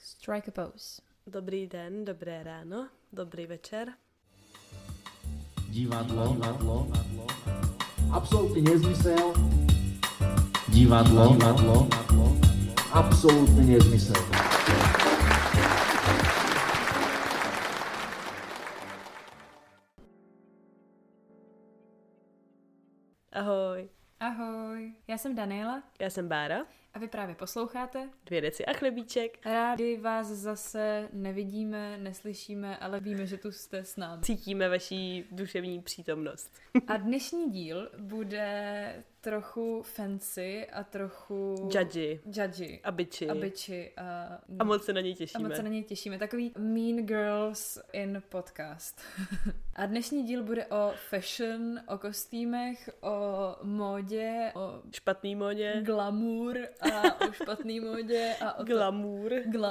Strike a pose. Dobrý den, dobré ráno, dobrý večer. Divadlo. Absolutný nezmysel. Divadlo. Absolutný nezmysel. Ahoj. Ahoj, já jsem Daniela. Já jsem Bára. A vy právě posloucháte. 2 deci a chlebíček. Rádi vás zase nevidíme, neslyšíme, ale víme, že tu jste s námi. Cítíme vaší duševní přítomnost. A dnešní díl bude trochu fancy a trochu... Judgy. A bitchy. A moc se na něj těšíme. Takový Mean Girls in podcast. A dnešní díl bude o fashion, o kostýmech, o módě, o... špatný módě. Glamour a o špatný módě a o... Glamour.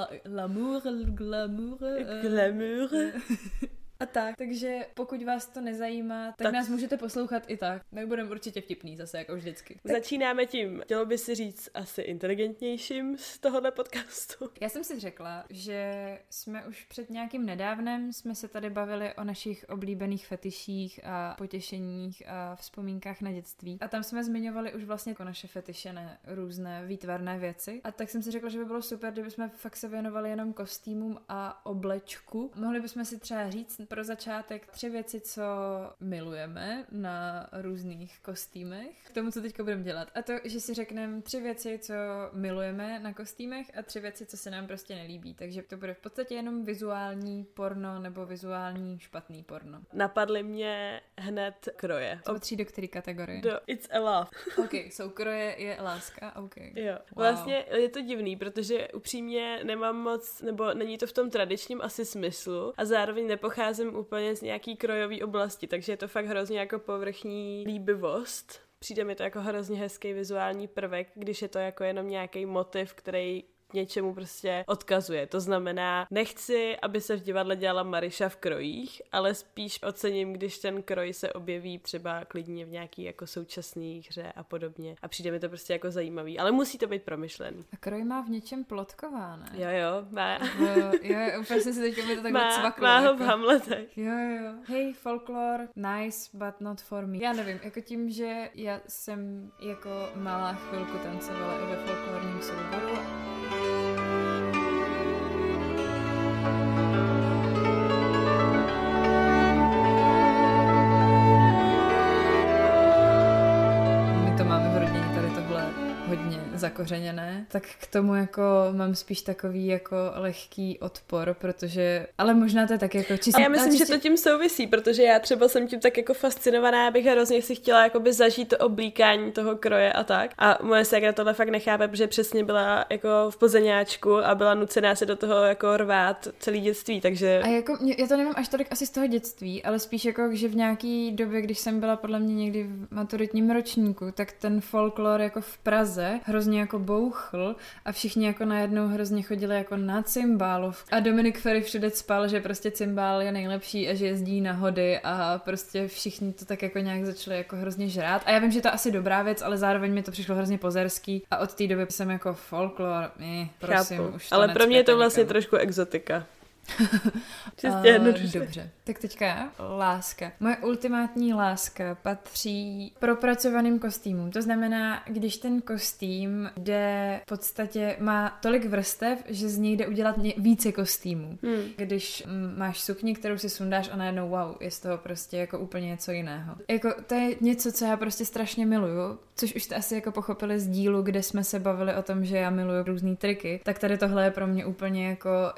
Glamour. A tak, takže pokud vás to nezajímá, tak nás můžete poslouchat i tak. My budeme určitě vtipný zase, jako vždycky. Začínáme tím, chtělo by si říct, asi inteligentnějším z tohohle podcastu. Já jsem si řekla, že jsme už před nějakým nedávnem jsme se tady bavili o našich oblíbených fetiších a potěšeních a vzpomínkách na dětství. A tam jsme zmiňovali už vlastně jako naše fetiše na různé výtvarné věci. A tak jsem si řekla, že by bylo super, kdybychom fakt se věnovali jenom kostýmům a oblečku. Mohli bychom si třeba říct pro začátek 3 věci, co milujeme na různých kostýmech. K tomu, co teďka budeme dělat. A to, že si řekneme 3 věci, co milujeme na kostýmech a 3 věci, co se nám prostě nelíbí. Takže to bude v podstatě jenom vizuální porno nebo vizuální špatný porno. Napadly mě hned kroje. To patří do které kategorie? Do It's a Love. OK, kroje je láska, OK. Jo. Vlastně je to divný, protože upřímně nemám moc, nebo není to v tom tradičním asi smyslu a zároveň nepocházím úplně z nějaký krojový oblasti, takže je to fakt hrozně jako povrchní líbivost. Přijde mi to jako hrozně hezký vizuální prvek, když je to jako jenom nějaký motiv, který něčemu prostě odkazuje. To znamená, nechci, aby se v divadle dělala Maryša v krojích, ale spíš ocením, když ten kroj se objeví třeba klidně v nějaký jako současný hře a podobně. A přijde mi to prostě jako zajímavý, ale musí to být promyšlený. A kroj má v něčem plotková, ne? Jo, má. Jo, úplně si teď mi to takhle cvaklo. Má ho jako. v Hamletech. Jo. Hej, folklor, nice, but not for me. Já nevím, jako tím, že já jsem jako malá chvilku tancovala i ve folklorním souboru. Hodně zakořeněné, tak k tomu jako mám spíš takový jako lehký odpor, protože, ale možná to je tak jako čistě. Já myslím, že to tím souvisí, protože já třeba jsem tím tak jako fascinovaná, abych hrozně si chtěla jakoby zažít to oblíkání toho kroje a tak. A moje ségra tohle fakt nechápe, protože přesně byla jako v plzeňáčku a byla nucená se do toho jako rvát celý dětství, takže... A jako, já to nemám až tolik asi z toho dětství, ale spíš jako, že v nějaký době, když jsem byla podle mě někdy v maturitním ročníku, tak ten folklor jako v Praze hrozně jako bouchl a všichni jako najednou hrozně chodili jako na cymbálov. A Dominik Ferry všude spal, že prostě cymbál je nejlepší a že jezdí na hody a prostě všichni to tak jako nějak začali jako hrozně žrát. A já vím, že to je asi dobrá věc, ale zároveň mi to přišlo hrozně pozerský a od té doby jsem jako folklor, prosím, chápu. už to ale pro mě je to vlastně nikam. Trošku exotika. Čistě jednoduše. Dobře, tak teďka láska. Moje ultimátní láska patří propracovaným kostýmům. To znamená, když ten kostým jde v podstatě, má tolik vrstev, že z něj jde udělat více kostýmů. Když máš sukni, kterou si sundáš a najednou wow, je z toho prostě jako úplně něco jiného. Jako to je něco, co já prostě strašně miluju, což už jste asi jako pochopili z dílu, kde jsme se bavili o tom, že já miluju různý triky, tak tady tohle je pro mě úplně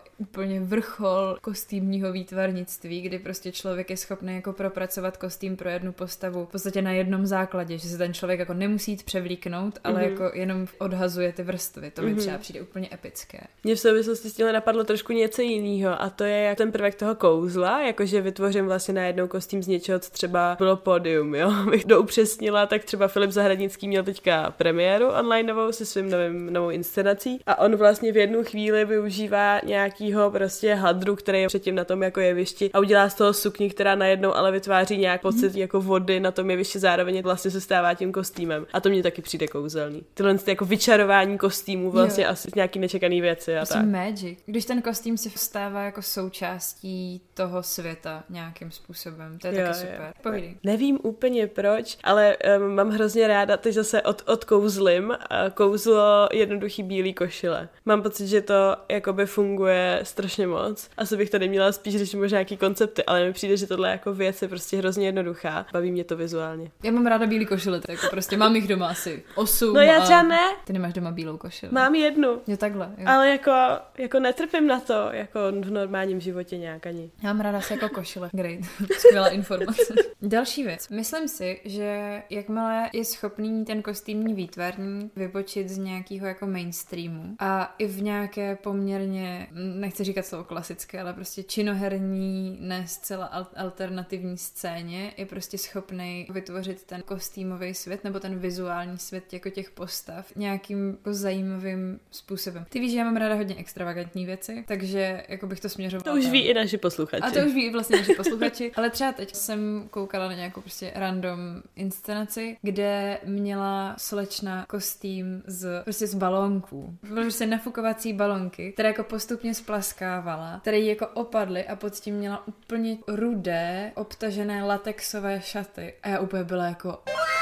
vrchol kostýmního výtvarnictví, kdy prostě člověk je schopný jako propracovat kostým pro jednu postavu v podstatě na jednom základě, že se ten člověk jako nemusí jít převlíknout, ale jako jenom odhazuje ty vrstvy. To mi třeba přijde úplně epické. Mně v souvislosti s tím napadlo trošku něco jiného a to je jak ten prvek toho kouzla, jakože vytvořím vlastně najednou kostým z něčeho, co třeba bylo pódium, jo. Bych to upřesnila, tak třeba Filip Zahradnický měl teďka premiéru onlineovou se svým novou inscenací a on vlastně v jednu chvíli využívá nějakýho prostě hadru, který je předtím na tom jako jevišti a udělá z toho sukni, která najednou ale vytváří nějak pocit jako vody na tom jevišti, zároveň vlastně se stává tím kostýmem. A to mně taky přijde kouzelný. Tyhle jako vyčarování kostýmů vlastně asi nějaký nečekaný věci a tak. Magic. Když ten kostým se stává jako součástí toho světa nějakým způsobem. To je taky super. Povídej. Nevím úplně proč, ale mám hrozně ráda, teď zase odkouzlím kouzlo jednoduchý bílý košile. Mám pocit, že to jakoby funguje strašně moc. Asi bych tady měla spíš řešit možná nějaký koncepty, ale mi přijde, že tohle jako věc je prostě hrozně jednoduchá. Baví mě to vizuálně. Já mám ráda bílý košile, tak jako prostě mám jich doma asi 8. No já třeba ne. Ty nemáš doma bílou košili. Mám jednu. Jo, takhle. Jo. Ale jako netrpím na to, jako v normálním životě nějak ani. Já mám ráda se jako košile. Great. Skvělá informace. Další věc. Myslím si, že jakmile je schopný ten kostýmní výtvarník vybočit z nějakého jako mainstreamu a i v nějaké poměrně, nechci říkat slovo klasické, ale prostě činoherní, ne zcela alternativní scéně, je prostě schopný vytvořit ten kostýmový svět nebo ten vizuální svět jako těch postav nějakým jako zajímavým způsobem. Ty víš, že já mám ráda hodně extravagantní věci, takže jako bych to směřovala. To už ví i naši posluchači. A to už ví i vlastně naši posluchači, ale třeba teď jsem koukala na nějakou prostě random inscenaci, kde měla slečna kostým z balónků. Byly prostě nafukovací balonky, které jako postupně splaskávala, které jí jako opadly a pod tím měla úplně rudé, obtažené latexové šaty. A já úplně byla jako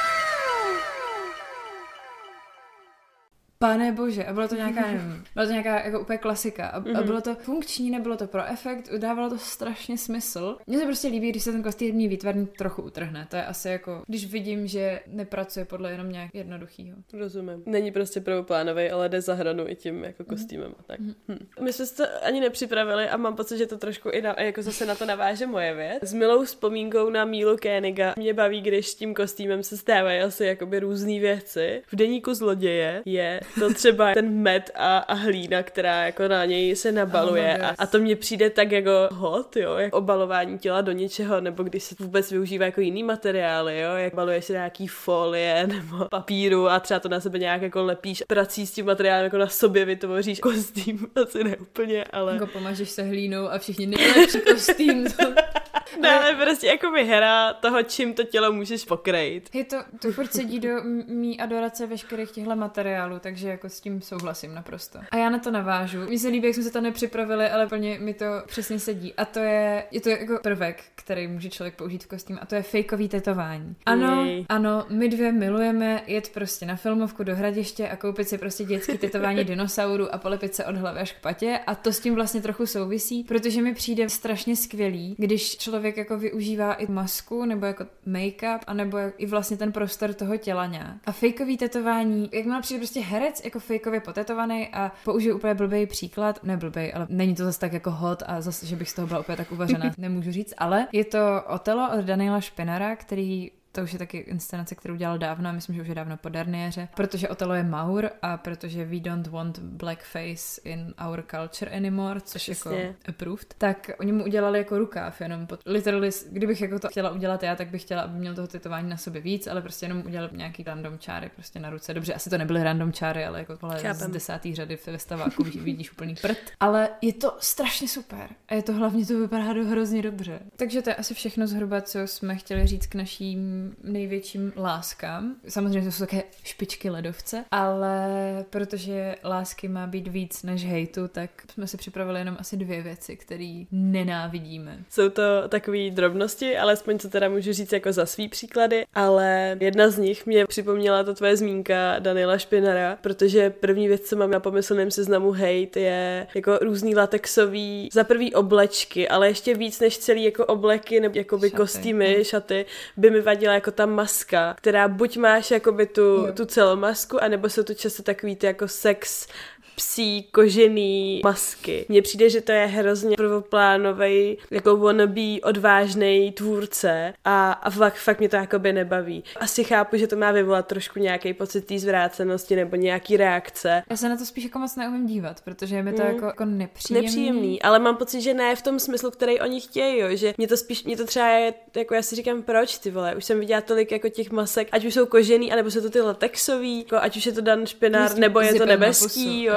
Pane bože, a bylo to nějaká, nevím, byla to nějaká jako úplně klasika a bylo to funkční, nebylo to pro efekt, dávalo to strašně smysl. Mně se prostě líbí, když se ten kostýmní výtvarník trochu utrhne, to je asi jako, když vidím, že nepracuje podle jenom nějak jednoduchýho. Rozumím. Není prostě prvoplánovej, ale jde za hranu i tím jako kostýmem a tak. My jsme se to ani nepřipravili a mám pocit, že to trošku i jako zase na to naváže moje věc. S milou vzpomínkou na Mílu Koeniga mě baví, když s tím kostýmem se stávají asi jakoby různý věci. V Deníku zloděje je to třeba ten med a hlína, která jako na něj se nabaluje a to mně přijde tak jako hot, jo, jak obalování těla do něčeho, nebo když se vůbec využívá jako jiný materiály, jo, jak baluješ si nějaký folie nebo papíru a třeba to na sebe nějak jako lepíš, prací s tím materiálem jako na sobě vytvoříš kostým, asi ne úplně, ale... Jako pomažeš se hlínou a všichni nejlepší kostým. No, ale prostě jako hra toho, čím to tělo můžeš pokrýt. To furt sedí do mý adorace veškerých těchto materiálů, takže jako s tím souhlasím naprosto. A já na to navážu. Mně se líbí, jak jsme se to nepřipravili, ale plně mi to přesně sedí. A to je to jako prvek, který může člověk použít v kostýmu, a to je fejkový tetování. Ano, my dvě milujeme jet prostě na filmovku do Hradiště a koupit si prostě dětský tetování dinosaurů a polepit se od hlavy až k patě, a to s tím vlastně trochu souvisí, protože mi přijde strašně skvělý, když člověk jako využívá i masku nebo jako make-up, anebo i vlastně ten prostor toho těla nějak. A fejkový tetování, jak má přijde prostě herec jako fejkově potetovaný, a použiju úplně blbej příklad, ne blbej, ale není to zase tak jako hot a zase, že bych z toho byla úplně tak uvařená, nemůžu říct, ale je to Otelo od Daniela Špinara, který to už je taky inscenace, kterou dělal dávno, myslím, že už je dávno po Derniéře, protože Otelo je Maur a protože we don't want blackface in our culture anymore, což jako approved, tak oni mu udělali jako rukáv, jenom literally, kdybych jako to chtěla udělat já, tak bych chtěla, aby měl toho tetování na sobě víc, ale prostě jenom udělal nějaký random čáry prostě na ruce. Dobře, asi to nebyly random čáry, ale jako z 10. řady ve staváku vidíš úplný prd. Ale je to strašně super. A je to hlavně, to vypadá hrozně dobře. Takže to je asi všechno zhruba, co jsme chtěli říct k naším největším láskám. Samozřejmě to jsou také špičky ledovce, ale protože lásky má být víc než hejtu, tak jsme si připravili jenom asi 2 věci, které nenávidíme. Jsou to takové drobnosti, alespoň co teda můžu říct jako za svý příklady, ale jedna z nich mě připomněla ta tvoje zmínka Daniela Špinara, protože první věc, co mám na pomyslném seznamu hejt, je jako různý latexový, za prvý oblečky, ale ještě víc než celý jako obleky nebo jakoby kostýmy, šaty, by mi vadila jako ta maska, která buď máš jakoby tu celou masku, anebo jsou to často takový ty jako sex psí kožený masky. Mně přijde, že to je hrozně prvoplánovej, jako wannabe odvážnej tvůrce a fakt mě to jakoby nebaví. Asi chápu, že to má vyvolat trošku nějaký pocit té zvrácenosti nebo nějaký reakce. Já se na to spíš jako moc neumím dívat, protože je mi to jako nepříjemný, ale mám pocit, že ne v tom smyslu, který oni chtějí, jo, že mě to třeba je, jako já si říkám, proč ty vole, už jsem viděla tolik jako těch masek, ať už jsou kožený, anebo jsou to ty latexový, jako ať už je to Dan Špinár, nebo je to nebeský, jo,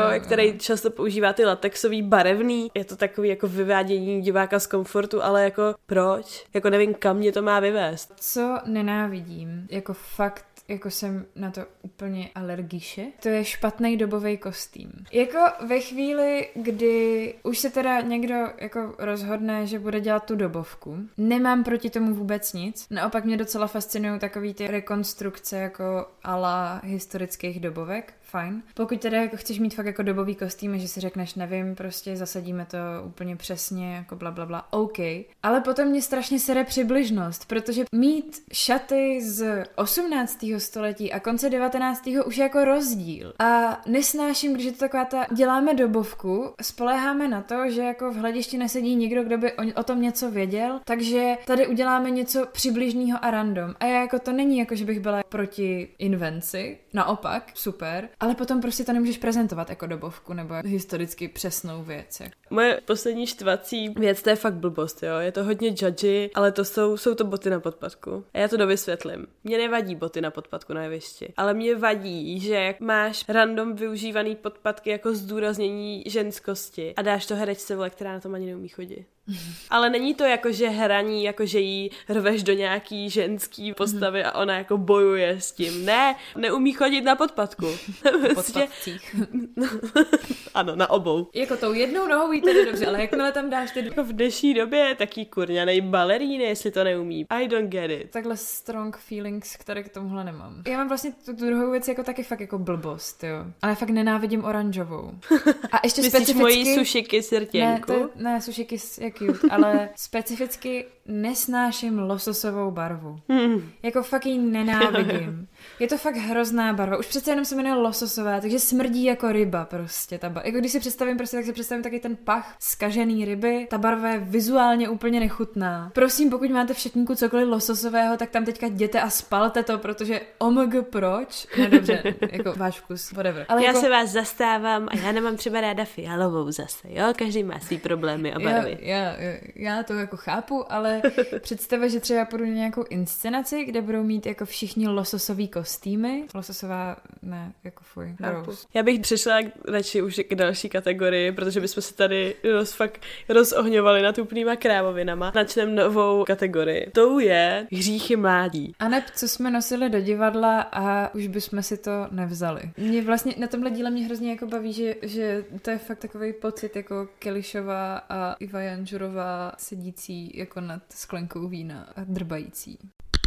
který často používá ty latexový barevný. Je to takový jako vyvádění diváka z komfortu, ale jako proč? Jako nevím, kam mě to má vyvést. Co nenávidím, jako fakt, jako jsem na to úplně alergiše, to je špatný dobový kostým. Jako ve chvíli, kdy už se teda někdo jako rozhodne, že bude dělat tu dobovku, nemám proti tomu vůbec nic. Naopak mě docela fascinují takový ty rekonstrukce jako a la historických dobovek. Fajn. Pokud teda jako chceš mít fakt jako dobový kostým, že si řekneš, nevím, prostě zasadíme to úplně přesně, jako bla, bla, bla, OK. Ale potom mě strašně sere přibližnost, protože mít šaty z 18. století a konce 19. už je jako rozdíl. A nesnáším, když je to taková ta, děláme dobovku, spoléháme na to, že jako v hledišti nesedí nikdo, kdo by o tom něco věděl, takže tady uděláme něco přibližného a random. A já jako to není jako, že bych byla proti invenci, naopak, super, ale potom prostě to nemůžeš prezentovat jako dobovku nebo historicky přesnou věc. Moje poslední štvací věc, to je fakt blbost, jo. Je to hodně judgy, ale to jsou to boty na podpatku. A já to dovysvětlím. Mně nevadí boty na podpatku na jevišti, ale mě vadí, že jak máš random využívaný podpatky jako zdůraznění ženskosti a dáš to herečce, vole, která na tom ani neumí chodit. Ale není to jako, že hraní, jako že jí rveš do nějaký ženský postavy a ona jako bojuje s tím. Ne, neumí chodit na podpatku. Podpatcích. Ano, na obou. Jako tou jednou nohou jí tedy dobře, ale jakmile tam dáš ty... Jako v dnešní době je taký kurňanej baleríny, jestli to neumí. I don't get it. Takhle strong feelings, které k tomuhle nemám. Já mám vlastně tu druhou věc jako taky fakt jako blbost, jo. Ale fakt nenávidím oranžovou. A ještě myslíš specificky... mojí sušiky srtěnku? Ne, sušiky je cute, ale specificky nesnáším lososovou barvu. Jako fakt ji nenávidím. Je to fakt hrozná barva. Už přece jenom se jmenuje lososová, takže smrdí jako ryba prostě. Jako když si představím prostě, tak si představím taky ten pach zkažený ryby. Ta barva je vizuálně úplně nechutná. Prosím, pokud máte v šatníku cokoliv lososového, tak tam teďka jděte a spalte to, protože omg proč? No dobře, jako váš vkus, whatever. Ale já jako... se vás zastávám a já nemám třeba ráda fialovou zase, jo? Každý má svý problémy a barvy. Já to jako chápu, ale představa, že třeba půjdu na nějakou inscenaci, kde budou mít jako všichni lososový kostýmy. Lososová, ne, jako fuj. Já bych přišla radši už k další kategorii, protože bychom se tady fakt rozohňovali nad úplnýma krávovinama. Načneme novou kategorii. Tou je hříchy mládí. A neb, co jsme nosili do divadla a už bychom si to nevzali. Mě vlastně na tomhle díle mě hrozně jako baví, že to je fakt takový pocit jako Kelišová a Iva Janžurová sedící jako nad sklenkou vína a drbající.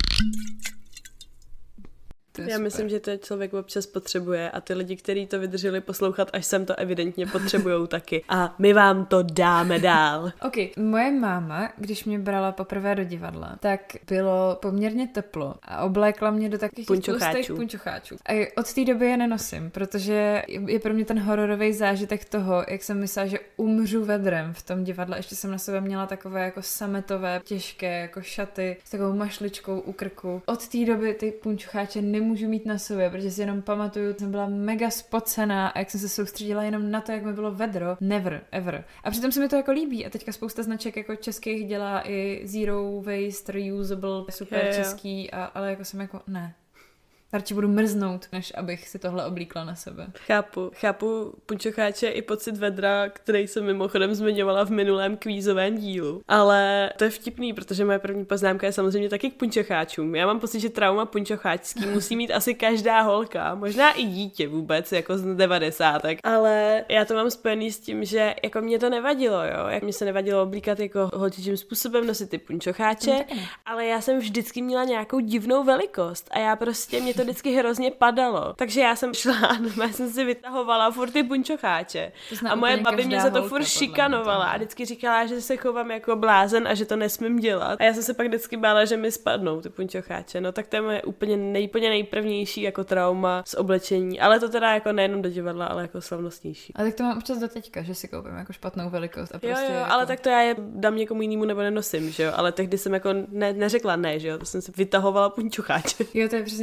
Já myslím, že to člověk občas potřebuje a ty lidi, kteří to vydrželi poslouchat, až sem to evidentně potřebujou taky. A my vám to dáme dál. Ok, moje máma, když mě brala poprvé do divadla, tak bylo poměrně teplo a oblékla mě do takových tlustých punčocháčů. A od té doby je nenosím, protože je pro mě ten hororový zážitek toho, jak jsem myslela, že umřu vedrem v tom divadle. Ještě jsem na sebe měla takové jako sametové, těžké jako šaty s takovou mašličkou u krku. Od té doby ty punčocháče nemůžu mít na sobě, protože si jenom pamatuju, jsem byla mega spocená a jak jsem se soustředila jenom na to, jak mi bylo vedro. Never, ever. A přitom se mi to jako líbí a teďka spousta značek jako českých dělá i zero waste, reusable, super český, ale jako jsem jako ne. Radši budu mrznout, než abych si tohle oblíkla na sebe. Chápu punčocháče i pocit vedra, který jsem mimochodem zmiňovala v minulém kvízovém dílu. Ale to je vtipný, protože moje první poznámka je samozřejmě taky k punčocháčům. Já mám pocit, že trauma punčocháčský musí mít asi každá holka, možná i dítě vůbec, jako z 90. Ale já to mám spojený s tím, že jako mě to nevadilo, jo. Jak mě se nevadilo oblíkat jako holčičím způsobem, nosit ty punčocháče, ale já jsem vždycky měla nějakou divnou velikost a já prostě mě to vždycky hrozně padalo. Takže já jsem šla a já jsem si vytahovala furt ty punčocháče. A moje babi mě za to furt šikanovala a vždycky říkala, že se chovám jako blázen a že to nesmím dělat. A já jsem se pak vždycky bála, že mi spadnou ty punčocháče. No tak to je moje úplně nejprvnější jako trauma z oblečení. Ale to teda jako nejenom do divadla, ale jako slavnostnější. A tak to mám občas do teďka, že si koupím jako špatnou velikost a prostě jo, jako... ale tak to já je dám někomu jinému nebo nenosím, že jo? Ale tehdy jsem jako neřekla ne, že jo? To jsem si vytahovala punčocháče. Jo, to je přesně taková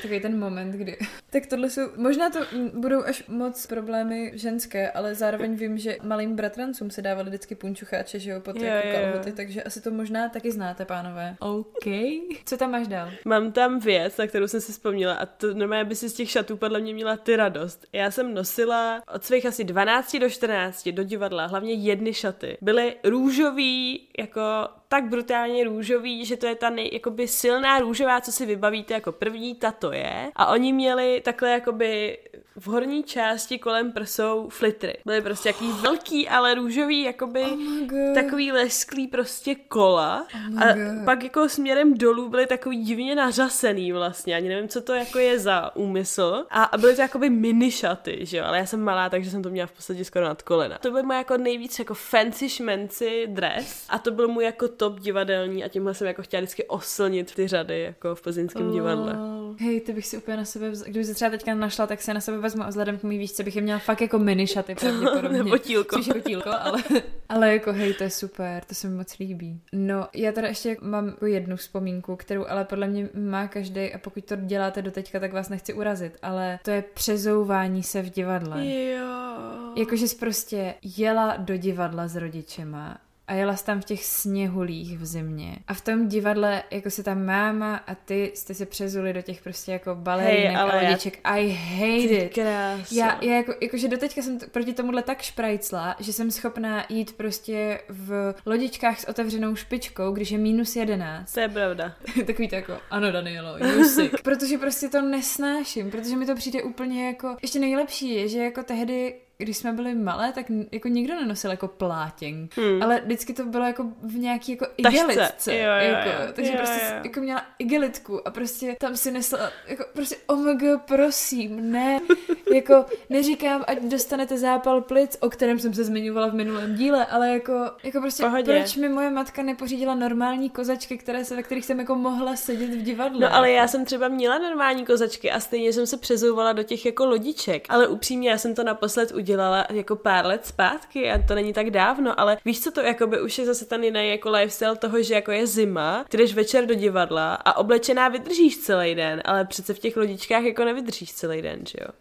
takový ten moment, kdy... Tak tohle jsou, možná to budou až moc problémy ženské, ale zároveň vím, že malým bratrancům se dávali vždycky punčucháče, že jo, pod jako kalhoty, takže asi to možná taky znáte, pánové. OK. Co tam máš dál? Mám tam věc, na kterou jsem si vzpomněla a to normálně by si z těch šatů podle mě měla ty radost. Já jsem nosila od svých asi 12 do 14 do divadla, hlavně jedny šaty. Byly růžový, jako tak brutálně růžový, že to je ta jakoby silná růžová, co si vybavíte jako první, ta to je. A oni měli takhle jakoby v horní části kolem prsou flitry. Byly prostě jaký velký, ale růžový, jakoby takový lesklý prostě kola. A pak jako směrem dolů byly takový divně nařasený vlastně. Ani nevím, co to jako je za úmysl. A byly to jakoby mini šaty, že jo. Ale já jsem malá, takže jsem to měla v podstatě skoro nad kolena. To byl můj jako nejvíc jako fancy šmenci dres. A to byl můj jako top divadelní a tímhle jsem jako chtěla vždycky oslnit ty řady jako v plzeňském divadle. Hej, ty bych si úplně na sebe kdyby se třeba teďka našla, tak se na sebe vezmu a vzhledem k mý výšce bych je měla fakt jako mini šaty pravděpodobně. Nebo tílko. Což jako tílko, ale jako hej, to je super, to se mi moc líbí. No, já teda ještě mám jako jednu vzpomínku, kterou ale podle mě má každý a pokud to děláte doteďka, tak vás nechci urazit, ale to je přezouvání se v divadle. Jo. Jakože jsi prostě jela do divadla s rodičema a jela jsi tam v těch sněhulích v zimě. A v tom divadle, jako se tam máma a ty jste se přezuli do těch prostě jako balerinek a lodiček. I hate it. Já jakože doteďka jsem proti tomuhle tak šprajcla, že jsem schopná jít prostě v lodičkách s otevřenou špičkou, když je -11. To je pravda. Takový to jako, ano Danielo, you sick. Protože prostě to nesnáším, protože mi to přijde úplně jako, ještě nejlepší je, že jako tehdy když jsme byli malé, tak jako nikdo nenosil jako plátěnk, ale vždycky to bylo jako v nějaký jako igelitce. Takže prostě jako měla igelitku a prostě tam si nesla jako prostě omg, prosím, ne, jako neříkám, ať dostanete zápal plic, o kterém jsem se zmiňovala v minulém díle, ale jako prostě proč mi moje matka nepořídila normální kozačky, ve kterých jsem jako mohla sedět v divadle. No ale já jsem třeba měla normální kozačky a stejně jsem se přezouvala do těch jako lodiček, ale upřímně já jsem to naposled udělala jako pár let zpátky a to není tak dávno, ale víš co to, jakoby už je zase ten jiný jako lifestyle toho, že jako je zima, ty jdeš večer do divadla a oblečená vydržíš celý den, ale přece v těch lodičkách jako nevydržíš celý den, že jo?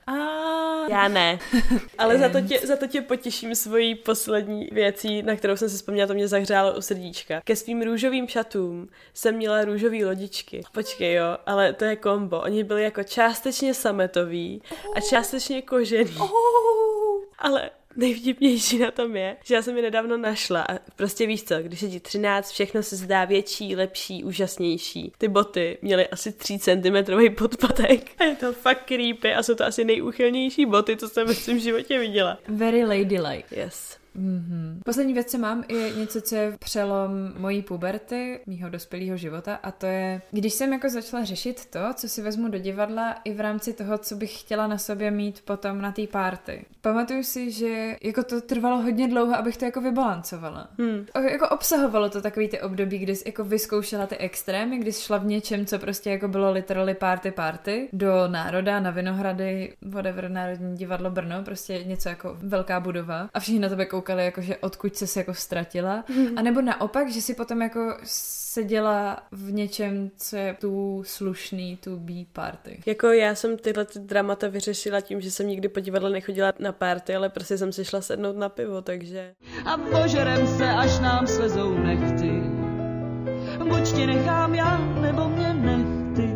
Já ne. Ale za to tě potěším svojí poslední věcí, na kterou jsem si vzpomněla, to mě zahřálo u srdíčka. Ke svým růžovým šatům jsem měla růžový lodičky. Počkej jo, ale to je kombo. Oni byli jako částečně sametový a částečně kožený. Ale nejvtipnější na tom je, že já jsem je nedávno našla a prostě víš co, když je ti 13, všechno se zdá větší, lepší, úžasnější. Ty boty měly asi 3 cm podpatek a je to fakt creepy a jsou to asi nejúchylnější boty, co jsem v svém životě viděla. Very ladylike. Yes. Mm-hmm. Poslední věc, co mám, je něco, co je přelom mojí puberty, mýho dospělého života a to je, když jsem jako začala řešit to, co si vezmu do divadla i v rámci toho, co bych chtěla na sobě mít potom na té party. Pamatuju si, že jako to trvalo hodně dlouho, abych to jako vybalancovala. Jako obsahovalo to takový ty období, kdy jsi jako vyzkoušela ty extrémy, kdy jsi šla v něčem, co prostě jako bylo literally party do Národa, na Vinohrady, whatever, Národní divadlo Brno, prostě něco jako velká budova a všichni na tebe koukali, jakože odkud se jako ztratila. A nebo naopak, že si potom jako seděla v něčem, co je tu slušný, tu be party. Jako já jsem tyhle dramata vyřešila tím, že jsem nikdy po divadle nechodila na party, ale prostě jsem si šla sednout na pivo, takže... A požerem se, až nám slezou nechty. Buď tě nechám já, nebo mě nech ty.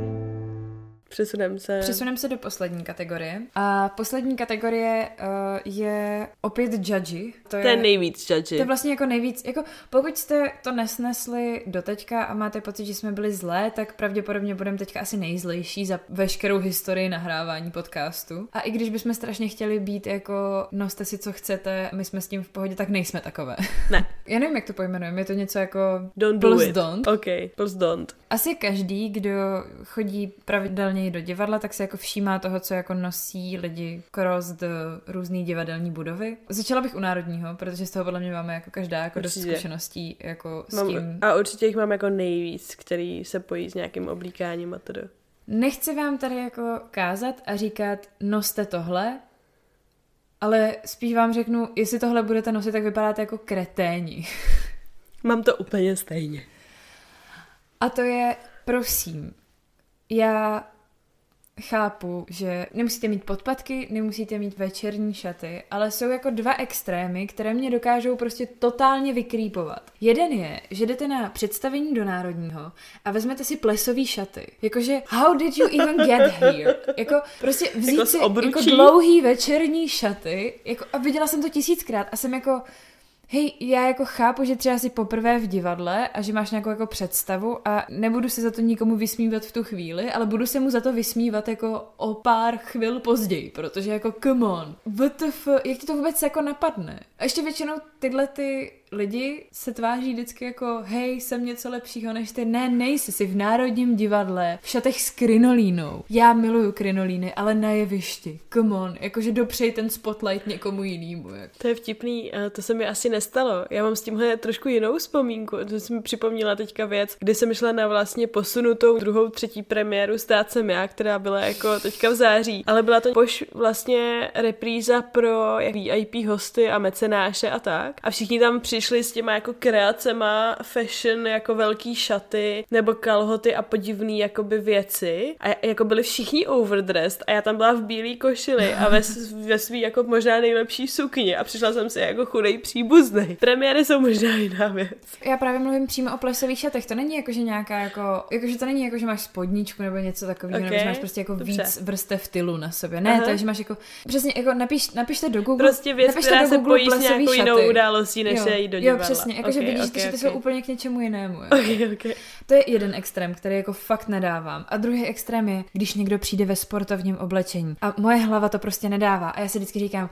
Přesuneme se do poslední kategorie. A poslední kategorie je opět judgy. To je nejvíc judgy. To je vlastně jako nejvíc, jako pokud jste to nesnesli doteďka a máte pocit, že jsme byli zlé, tak pravděpodobně budeme teďka asi nejzlejší za veškerou historii nahrávání podcastu. A i když bychom strašně chtěli být jako noste si, co chcete, my jsme s tím v pohodě, tak nejsme takové. Ne. Já nevím, jak to pojmenujeme, je to něco jako don't do it. Don't. OK, plus don't. Asi každý, kdo chodí pravidelně do divadla, tak se jako všímá toho, co jako nosí lidi cross do různý divadelní budovy. Začala bych u Národního, protože z toho podle mě máme jako každá jako dost zkušeností jako s tím. A určitě jich mám jako nejvíc, který se pojí s nějakým oblíkáním a tedy. Nechci vám tady jako kázat a říkat noste tohle, ale spíš vám řeknu, jestli tohle budete nosit, tak vypadáte jako kreténi. Mám to úplně stejně. A to je, prosím, já chápu, že nemusíte mít podpatky, nemusíte mít večerní šaty, ale jsou jako dva extrémy, které mě dokážou prostě totálně vykrýpovat. Jeden je, že jdete na představení do Národního a vezmete si plesový šaty. Jakože how did you even get here? Jako prostě vzít jako si jako dlouhý večerní šaty, jako, a viděla jsem to 1000krát a jsem jako hej, já jako chápu, že třeba si poprvé v divadle a že máš nějakou jako představu a nebudu se za to nikomu vysmívat v tu chvíli, ale budu se mu za to vysmívat jako o pár chvil později, protože jako come on, WTF, jak ti to vůbec jako napadne? A ještě většinou tyhle ty lidi se tváří vždycky jako hej, jsem něco lepšího než ty. Ne, nejsi si v Národním divadle v šatech s krinolínou. Já miluju krinolíny, ale na jevišti. Come on, jakože dopřej ten spotlight někomu jinému. To je vtipný, to se mi asi nestalo. Já mám s tímhle trošku jinou vzpomínku. To jsem mi připomněla teďka věc, kdy jsem šla na vlastně posunutou 2., 3. premiéru Stát jsem já, která byla jako teďka v září. Ale byla to vlastně repríza pro VIP hosty a mecenáše a tak. A všichni tam přišli s těma jako kreacema fashion, jako velký šaty nebo kalhoty a podivný jakoby věci. A jako byli všichni overdressed a já tam byla v bílé košili a ve svý jako možná nejlepší sukni a přišla jsem si jako chudej příbuznej. Premiéry jsou možná jiná věc. Já právě mluvím přímo o plesových šatech. To není jako, že nějaká jakože to není jako, že máš spodničku nebo něco takového, nebo že máš prostě jako víc vrstev tylu na sobě. Ne, to je, že máš jako přesně jako napište do Google. Prostě věc, která se pojí s nějakou jinou událostí, než je jít do divadla. Jo, přesně, jakože vidíš, že ty šaty jsou úplně k něčemu jinému. Okay. To je jeden extrém, který jako fakt nedávám. A druhý extrém je, když někdo přijde ve sportovním oblečení. A moje hlava to prostě nedává. A já si vždycky říkám,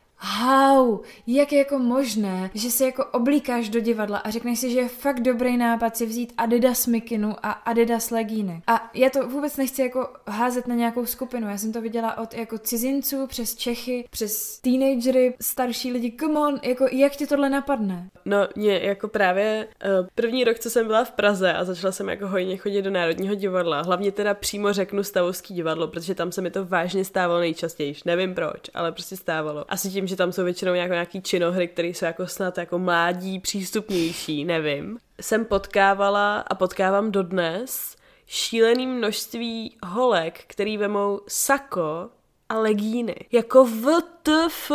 how, jak je jako možné, že se jako oblíkáš do divadla a řekneš si, že je fakt dobrý nápad si vzít Adidas mikinu a Adidas legíny. A já to vůbec nechci jako házet na nějakou skupinu. Já jsem to viděla od jako cizinců přes Čechy, přes teenagery, starší lidi. Come on, jako jak ti tohle napadne? No, mě jako právě první rok, co jsem byla v Praze a začala jsem jako hojně chodit do Národního divadla. Hlavně teda přímo řeknu Stavovský divadlo, protože tam se mi to vážně stávalo nejčastěji. Nevím proč, ale prostě stávalo. Asi tím, že tam jsou většinou nějaký činohry, které jsou jako snad jako mládí, přístupnější, nevím. Jsem potkávala a potkávám dodnes šílený množství holek, který vemou sako a legíny. Jako WTF.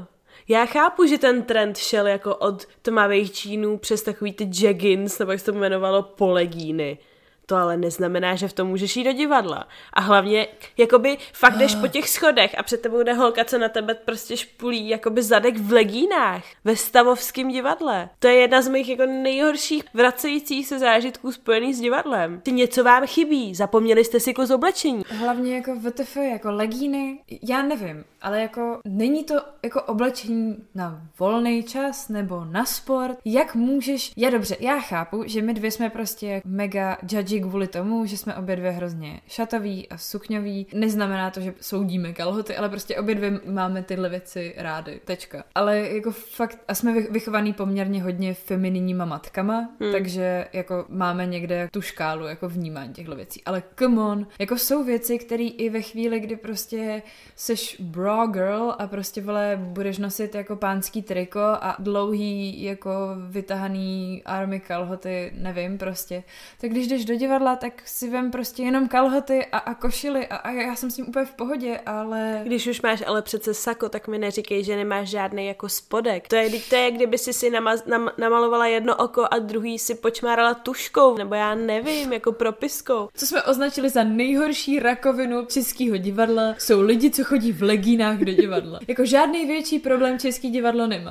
Já chápu, že ten trend šel jako od tmavých čínů přes takový ty jeggings, nebo jak se to jmenovalo, po legíny. To ale neznamená, že v tom můžeš jít do divadla. A hlavně, jakoby fakt jdeš po těch schodech a před tebou jde holka, co na tebe prostě špulí jakoby zadek v legínách ve Stavovském divadle. To je jedna z mých jako nejhorších vracejících se zážitků spojených s divadlem. Ty něco vám chybí, zapomněli jste si kus oblečení. Hlavně jako WTF, jako legíny, já nevím, ale jako není to jako oblečení na volný čas nebo na sport. Jak můžeš, já chápu, že my dvě jsme prostě mega judgy kvůli tomu, že jsme obě dvě hrozně šatový a sukňový. Neznamená to, že soudíme kalhoty, ale prostě obě dvě máme tyhle věci rády. Tečka. Ale jako fakt, a jsme vychovaný poměrně hodně femininníma matkama, takže jako máme někde tu škálu jako vnímání těchto věcí. Ale come on, jako jsou věci, které i ve chvíli, kdy prostě seš bra girl a prostě vole budeš nosit jako pánský triko a dlouhý jako vytahaný army kalhoty, nevím prostě. Tak když jdeš do divadla, tak si vem prostě jenom kalhoty a košily a já jsem s tím úplně v pohodě, ale... Když už máš ale přece sako, tak mi neříkej, že nemáš žádný jako spodek. To je kdyby si namalovala jedno oko a druhý si počmárala tuškou, nebo já nevím, jako propiskou. Co jsme označili za nejhorší rakovinu českého divadla, jsou lidi, co chodí v legínách do divadla. Jako žádný větší problém český divadlo nemá.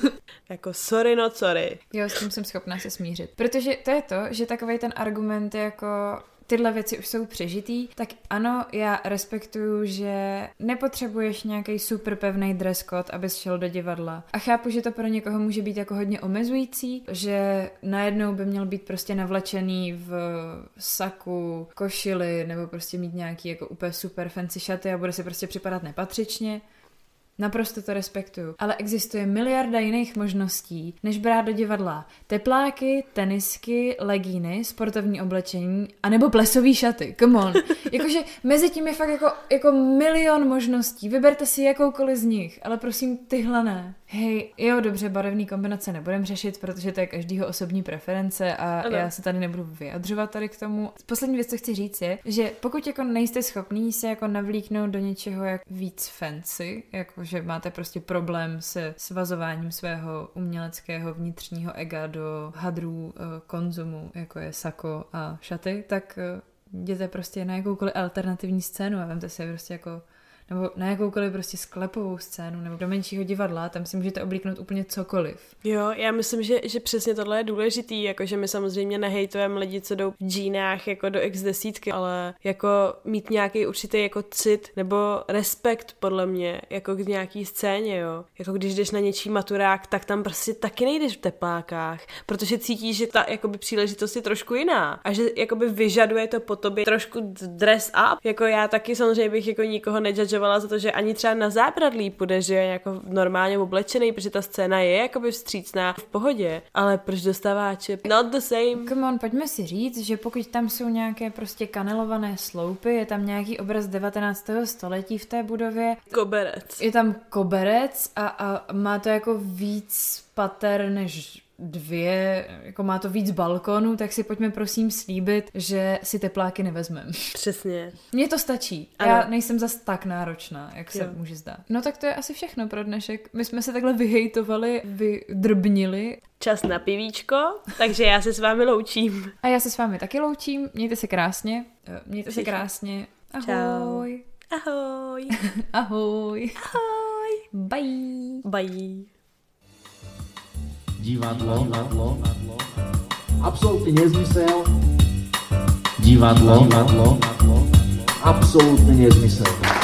Jako sorry, no sorry. Jo, s tím jsem schopná se smířit. Protože to je to, že takovej ten argument jako tyhle věci už jsou přežitý, tak ano, já respektuju, že nepotřebuješ nějaký super pevný dress code, abys šel do divadla. A chápu, že to pro někoho může být jako hodně omezující, že najednou by měl být prostě navlečený v saku, košili, nebo prostě mít nějaký jako úplně super fancy šaty a bude si prostě připadat nepatřičně. Naprosto to respektuju. Ale existuje miliarda jiných možností, než brát do divadla tepláky, tenisky, legíny, sportovní oblečení, anebo plesový šaty. Come on. Jakože mezi tím je fakt jako milion možností. Vyberte si jakoukoliv z nich, ale prosím tyhle ne. hej, jo, dobře, barevný kombinace nebudem řešit, protože to je každýho osobní preference a já se tady nebudu vyjadřovat tady k tomu. Poslední věc, co chci říct je, že pokud jako nejste schopní se jako navlíknout do něčeho jak víc fancy, jako že máte prostě problém se svazováním svého uměleckého vnitřního ega do hadrů konzumu, jako je sako a šaty, tak jděte prostě na jakoukoliv alternativní scénu a vemte si prostě jako nebo na jakoukoliv prostě sklepovou scénu nebo do menšího divadla, tam si můžete oblíknout úplně cokoliv. Jo, já myslím, že přesně tohle je důležitý, jakože my samozřejmě nehejtujeme lidi, co jdou v džínách jako do X10, ale jako mít nějaký určitý jako cit nebo respekt podle mě, jako k nějaký scéně, jo. Jako když jdeš na něčí maturák, tak tam prostě taky nejdeš v teplákách, protože cítíš, že ta jakoby příležitost je trošku jiná a že jakoby vyžaduje to po tobě trošku dress up. Jako já taky samozřejmě bych jako nikoho nejudžovala za to, že ani třeba na zábradlí půjde, že je jako normálně oblečený, protože ta scéna je jakoby vstřícná v pohodě, ale proč dostává čip? Not the same. Come on, pojďme si říct, že pokud tam jsou nějaké prostě kanelované sloupy, je tam nějaký obraz 19. století v té budově. Koberec. Je tam koberec a má to jako víc pater než 2, jako má to víc balkonů, tak si pojďme prosím slíbit, že si tepláky nevezmeme. Přesně. Mně to stačí. Ano. Já nejsem zas tak náročná, jak se může zdát. No tak to je asi všechno pro dnešek. My jsme se takhle vyhejtovali, vydrbnili. Čas na pivíčko, takže já se s vámi loučím. A já se s vámi taky loučím. Mějte se krásně. Mějte se krásně. Ahoj. Ahoj. Ahoj. Ahoj. Bye. Bye. Divadlo. Absolutný nezmysel. Divadlo. Absolutný nezmysel.